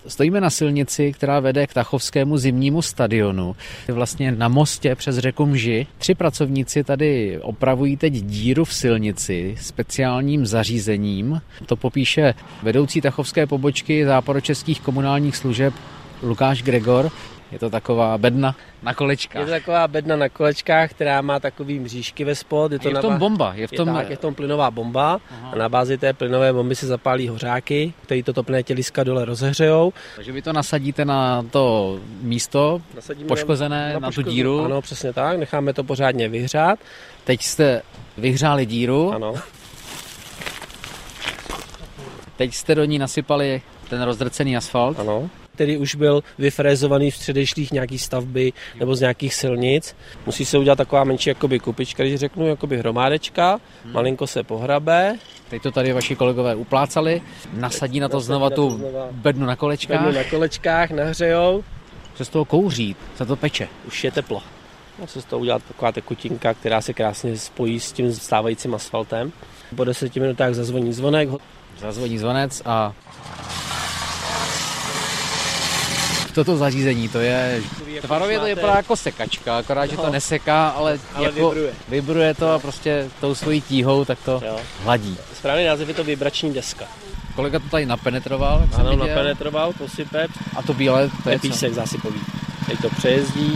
Stojíme na silnici, která vede k tachovskému zimnímu stadionu. Vlastně na mostě přes řeku Mži. 3 pracovníci tady opravují teď díru v silnici speciálním zařízením. To popíše vedoucí tachovské pobočky Západočeských komunálních služeb Lukáš Gregor. Je to taková bedna na kolečkách. Je to taková bedna na kolečkách, která má takový mřížky ve spod. Je v tom bomba. Je v tom plynová bomba. Aha. A na bázi té plynové bomby se zapálí hořáky, které to topné těliska dole rozehřejou. Takže vy to nasadíte na to místo poškozené, na tu díru. Ano, přesně tak. Necháme to pořádně vyhřát. Teď jste vyhřáli díru. Ano. Teď jste do ní nasypali ten rozdrcený asfalt. Ano. Který už byl vyfrézovaný v předešlých nějaký stavby nebo z nějakých silnic. Musí se udělat taková menší jakoby kupička, když řeknu, jakoby hromádečka, malinko se pohrabe. Teď to tady vaši kolegové uplácali, nasadí na to znova tu bednu na kolečkách. Bednu na kolečkách, nahřejou. Se z toho kouří, se to peče. Už je teplo. Musí se to udělat taková tekutinka, která se krásně spojí s tím stávajícím asfaltem. Po 10 minutách zazvoní zvonek. Zazvoní zvonec a toto zařízení, to je, tvarově to vypadá jako sekačka, akorát, že to neseká, ale jako vibruje to a prostě tou svojí tíhou tak to hladí. Správný název je to vibrační deska. Kolega to tady napenetroval, jak ano, napenetroval, posype. A to bílé, to je písek zásypový. Teď to přejezdí.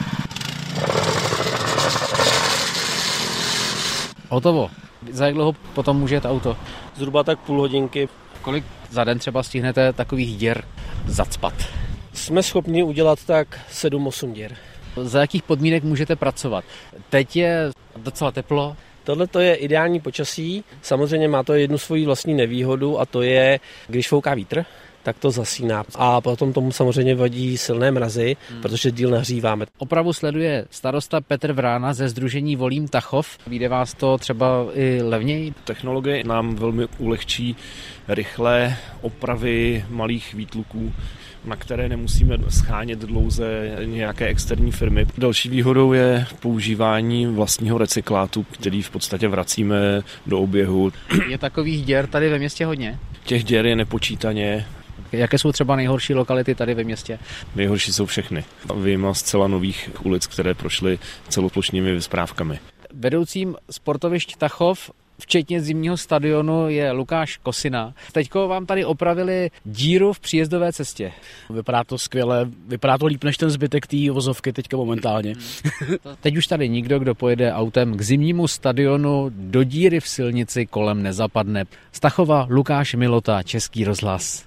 Hotovo. Za jak dlouho potom může jet auto? Zhruba tak půl hodinky. Kolik za den třeba stihnete takových děr zacpat? Jsme schopni udělat tak 7-8 děr. Za jakých podmínek můžete pracovat? Teď je docela teplo. Tohle to je ideální počasí. Samozřejmě má to jednu svoji vlastní nevýhodu a to je, když fouká vítr, tak to zasíná. A potom tomu samozřejmě vadí silné mrazy, protože díl nahříváme. Opravu sleduje starosta Petr Vrána ze sdružení Volím Tachov. Vyjde vás to třeba i levněji? Technologie nám velmi ulehčí rychlé opravy malých výtluků, na které nemusíme schánět dlouze nějaké externí firmy. Další výhodou je používání vlastního recyklátu, který v podstatě vracíme do oběhu. Je takových děr tady ve městě hodně? Těch děr je nepočítaně. Jaké jsou třeba nejhorší lokality tady ve městě? Nejhorší jsou všechny. Vyjma zcela nových ulic, které prošly celoplošnými vysprávkami. Vedoucím sportovišť Tachov včetně zimního stadionu je Lukáš Kosina. Teďko vám tady opravili díru v příjezdové cestě. Vypadá to skvěle, vypadá to líp než ten zbytek té vozovky teďka momentálně. Teď už tady nikdo, kdo pojede autem k zimnímu stadionu, do díry v silnici kolem nezapadne. Z Tachova Lukáš Milota, Český rozhlas.